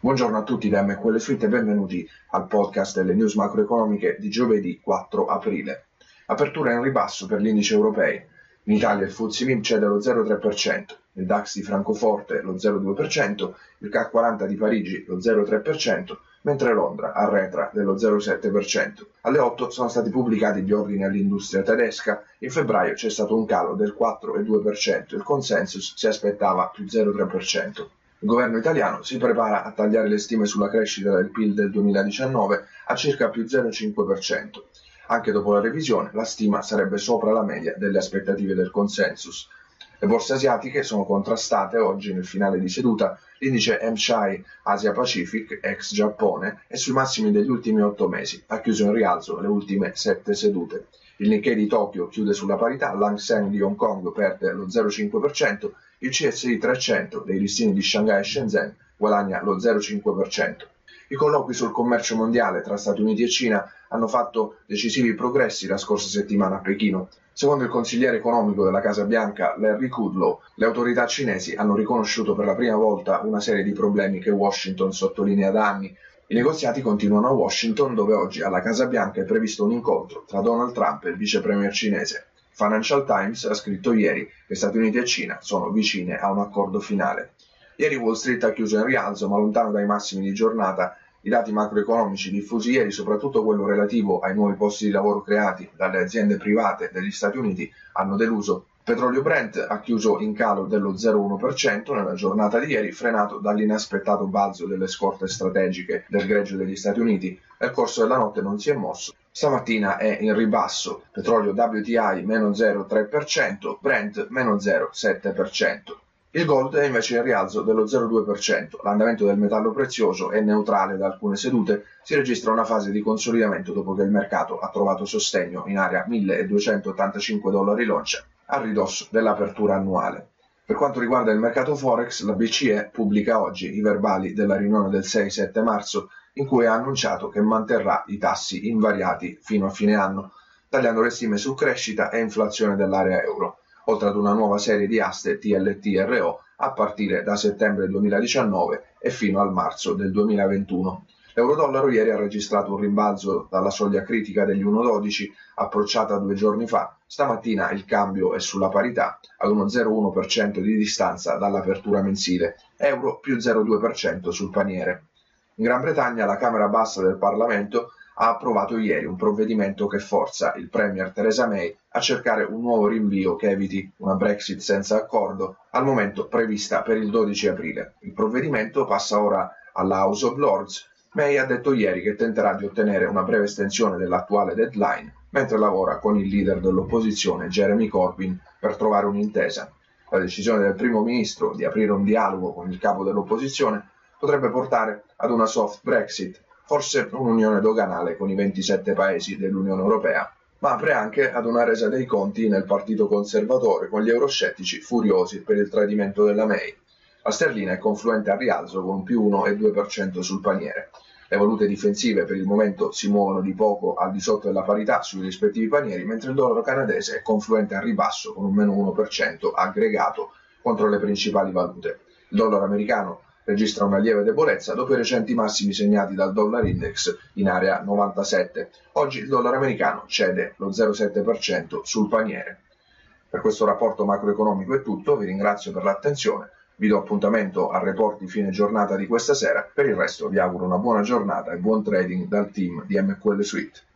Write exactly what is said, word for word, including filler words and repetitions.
Buongiorno a tutti da M Q L Suite e benvenuti al podcast delle news macroeconomiche di giovedì quattro aprile. Apertura in ribasso per gli indici europei. In Italia il F T S E M I B cede lo zero virgola tre per cento, il DAX di Francoforte lo zero virgola due per cento, il C A C quaranta di Parigi lo zero virgola tre per cento, mentre Londra arretra dello zero virgola sette per cento. Alle otto sono stati pubblicati gli ordini all'industria tedesca. In febbraio c'è stato un calo del quattro virgola due per cento, il consensus si aspettava più zero virgola tre per cento. Il governo italiano si prepara a tagliare le stime sulla crescita del P I L del duemiladiciannove a circa più zero virgola cinque per cento. Anche dopo la revisione, la stima sarebbe sopra la media delle aspettative del consensus. Le borse asiatiche sono contrastate oggi nel finale di seduta. L'indice M S C I Asia Pacific, ex Giappone, è sui massimi degli ultimi otto mesi, ha chiuso in rialzo le ultime sette sedute. Il Nikkei di Tokyo chiude sulla parità, l'Hang Seng di Hong Kong perde lo zero virgola cinque per cento, il C S I trecento dei listini di Shanghai e Shenzhen guadagna lo zero virgola cinque per cento. I colloqui sul commercio mondiale tra Stati Uniti e Cina hanno fatto decisivi progressi la scorsa settimana a Pechino. Secondo il consigliere economico della Casa Bianca, Larry Kudlow, le autorità cinesi hanno riconosciuto per la prima volta una serie di problemi che Washington sottolinea da anni. I negoziati continuano a Washington, dove oggi alla Casa Bianca è previsto un incontro tra Donald Trump e il vice premier cinese. Financial Times ha scritto ieri che Stati Uniti e Cina sono vicine a un accordo finale. Ieri Wall Street ha chiuso in rialzo, ma lontano dai massimi di giornata. I dati macroeconomici diffusi ieri, soprattutto quello relativo ai nuovi posti di lavoro creati dalle aziende private degli Stati Uniti, hanno deluso. Il petrolio Brent ha chiuso in calo dello zero virgola uno per cento nella giornata di ieri, frenato dall'inaspettato balzo delle scorte strategiche del greggio degli Stati Uniti. Nel corso della notte non si è mosso. Stamattina è in ribasso, petrolio W T I meno zero virgola tre per cento, Brent meno zero virgola sette per cento. Il gold è invece in rialzo dello zero virgola due per cento. L'andamento del metallo prezioso è neutrale da alcune sedute. Si registra una fase di consolidamento dopo che il mercato ha trovato sostegno in area milleduecentottantacinque dollari l'oncia, a ridosso dell'apertura annuale. Per quanto riguarda il mercato Forex, la B C E pubblica oggi i verbali della riunione del sei sette marzo, in cui ha annunciato che manterrà i tassi invariati fino a fine anno, tagliando le stime su crescita e inflazione dell'area euro, oltre ad una nuova serie di aste T L T R O a partire da settembre duemiladiciannove e fino al marzo del duemilaventuno. L'euro-dollaro ieri ha registrato un rimbalzo dalla soglia critica degli uno virgola dodici approcciata due giorni fa. Stamattina il cambio è sulla parità, ad uno zero virgola uno per cento di distanza dall'apertura mensile, euro più zero virgola due per cento sul paniere. In Gran Bretagna la Camera Bassa del Parlamento ha approvato ieri un provvedimento che forza il Premier Theresa May a cercare un nuovo rinvio che eviti una Brexit senza accordo, al momento prevista per il dodici aprile. Il provvedimento passa ora alla House of Lords. May ha detto ieri che tenterà di ottenere una breve estensione dell'attuale deadline, mentre lavora con il leader dell'opposizione Jeremy Corbyn per trovare un'intesa. La decisione del primo ministro di aprire un dialogo con il capo dell'opposizione potrebbe portare ad una soft Brexit, forse un'unione doganale con i ventisette paesi dell'Unione Europea, ma apre anche ad una resa dei conti nel partito conservatore, con gli euroscettici furiosi per il tradimento della May. La sterlina è confluente al rialzo con un più uno virgola due per cento sul paniere. Le valute difensive per il momento si muovono di poco al di sotto della parità sui rispettivi panieri, mentre il dollaro canadese è confluente al ribasso con un meno uno per cento aggregato contro le principali valute. Il dollaro americano registra una lieve debolezza dopo i recenti massimi segnati dal dollar index in area novantasette. Oggi il dollaro americano cede lo zero virgola sette per cento sul paniere. Per questo rapporto macroeconomico è tutto, vi ringrazio per l'attenzione, vi do appuntamento al report di fine giornata di questa sera. Per il resto vi auguro una buona giornata e buon trading dal team di M Q L Suite.